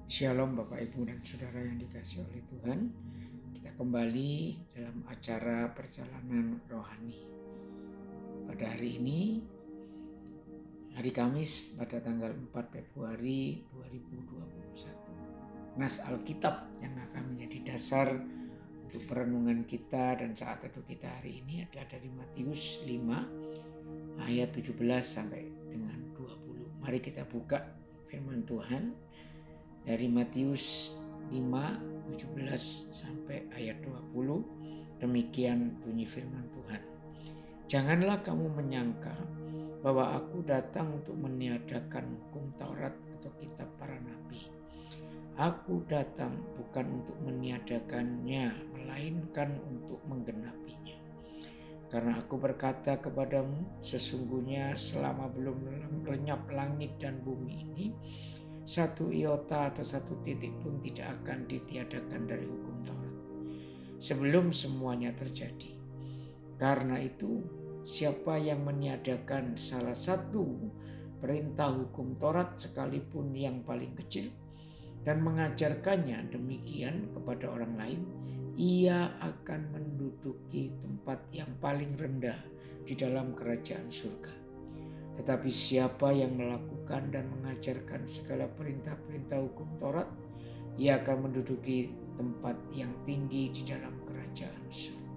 Shalom Bapak Ibu dan Saudara yang dikasihi oleh Tuhan. Kita kembali dalam acara perjalanan rohani. Pada hari ini, hari Kamis pada tanggal 4 Februari 2021. Nas Alkitab yang akan menjadi dasar untuk perenungan kita dan saat teduh kita hari ini adalah dari Matius 5 ayat 17 sampai dengan 20. Mari kita buka firman Tuhan dari Matius 5, 17 sampai ayat 20. Demikian bunyi firman Tuhan. Janganlah kamu menyangka bahwa aku datang untuk meniadakan hukum Taurat atau kitab para nabi. Aku datang bukan untuk meniadakannya, melainkan untuk menggenapinya. Karena aku berkata kepadamu, sesungguhnya selama belum lenyap langit dan bumi ini, satu iota atau satu titik pun tidak akan ditiadakan dari hukum Taurat sebelum semuanya terjadi. Karena itu, siapa yang meniadakan salah satu perintah hukum Taurat sekalipun yang paling kecil dan mengajarkannya demikian kepada orang lain, ia akan menduduki tempat yang paling rendah di dalam kerajaan surga. Tetapi siapa yang melakukan dan mengajarkan segala perintah-perintah hukum Taurat, ia akan menduduki tempat yang tinggi di dalam kerajaan surga.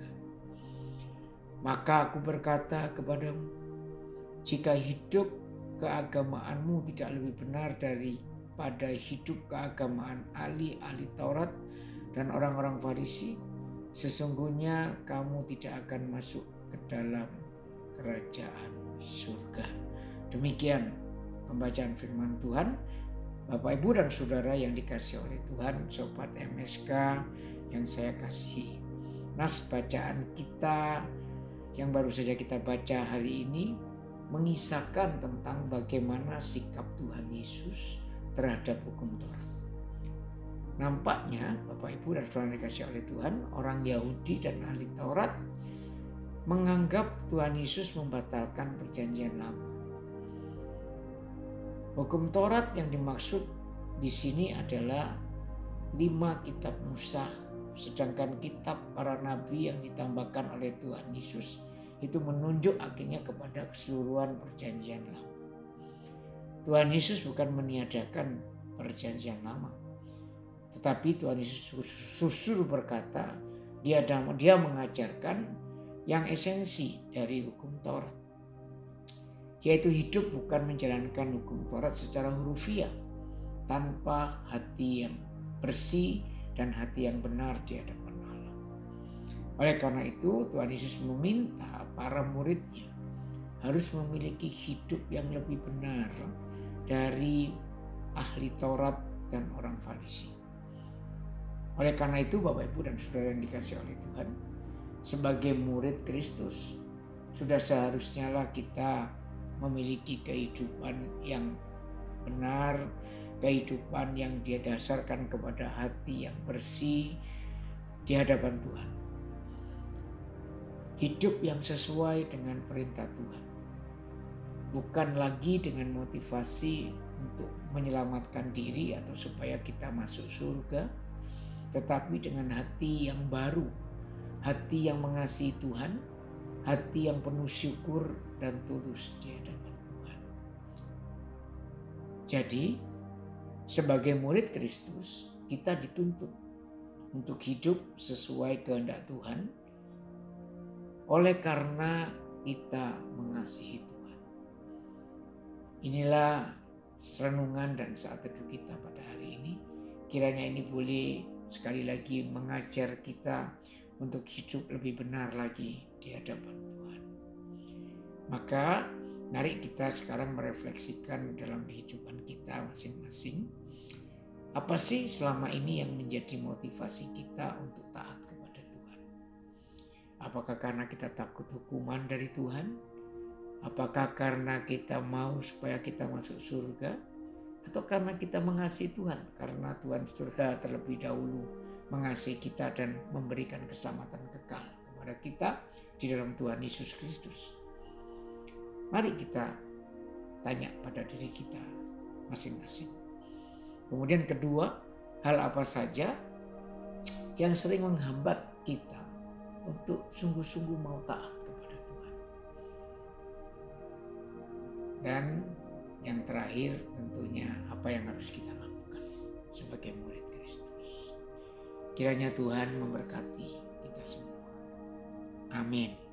Maka aku berkata kepadamu, jika hidup keagamaanmu tidak lebih benar daripada hidup keagamaan ahli-ahli Taurat dan orang-orang Farisi, sesungguhnya kamu tidak akan masuk ke dalam kerajaan surga. Demikian pembacaan firman Tuhan. Bapak, Ibu, dan Saudara yang dikasihi oleh Tuhan, Sobat MSK yang saya kasihi. Nas bacaan kita yang baru saja kita baca hari ini mengisahkan tentang bagaimana sikap Tuhan Yesus terhadap hukum Taurat. Nampaknya Bapak, Ibu, dan Saudara yang dikasihi oleh Tuhan, orang Yahudi dan ahli Taurat menganggap Tuhan Yesus membatalkan perjanjian lama. Hukum Taurat yang dimaksud di sini adalah 5 kitab Musa, sedangkan kitab para nabi yang ditambahkan oleh Tuhan Yesus itu menunjuk akhirnya kepada keseluruhan perjanjian lama. Tuhan Yesus bukan meniadakan perjanjian lama, tetapi Tuhan Yesus justru berkata, dia mengajarkan yang esensi dari hukum Taurat, yaitu hidup bukan menjalankan hukum Taurat secara hurufiah tanpa hati yang bersih dan hati yang benar di hadapan Allah. Oleh karena itu, Tuhan Yesus meminta para muridnya harus memiliki hidup yang lebih benar dari ahli Taurat dan orang Farisi. Oleh karena itu, Bapak, Ibu, dan Saudara yang dikasihi oleh Tuhan, sebagai murid Kristus, sudah seharusnya lah kita memiliki kehidupan yang benar, kehidupan yang dia dasarkan kepada hati yang bersih di hadapan Tuhan. Hidup yang sesuai dengan perintah Tuhan. Bukan lagi dengan motivasi untuk menyelamatkan diri atau supaya kita masuk surga, tetapi dengan hati yang baru, hati yang mengasihi Tuhan, hati yang penuh syukur dan tulus di hadapan Tuhan. Jadi, sebagai murid Kristus, kita dituntut untuk hidup sesuai kehendak Tuhan oleh karena kita mengasihi Tuhan. Inilah renungan dan saat teduh kita pada hari ini. Kiranya ini boleh sekali lagi mengajar kita untuk hidup lebih benar lagi di hadapan Tuhan. Maka mari kita sekarang merefleksikan dalam kehidupan kita masing-masing. Apa sih selama ini yang menjadi motivasi kita untuk taat kepada Tuhan? Apakah karena kita takut hukuman dari Tuhan? Apakah karena kita mau supaya kita masuk surga? Atau karena kita mengasihi Tuhan? Karena Tuhan surga terlebih dahulu mengasihi kita dan memberikan keselamatan kekal kepada kita di dalam Tuhan Yesus Kristus. Mari kita tanya pada diri kita masing-masing. Kemudian kedua, hal apa saja yang sering menghambat kita untuk sungguh-sungguh mau taat kepada Tuhan. Dan yang terakhir tentunya apa yang harus kita lakukan sebagai murid Kristus. Kiranya Tuhan memberkati kita semua. Amin.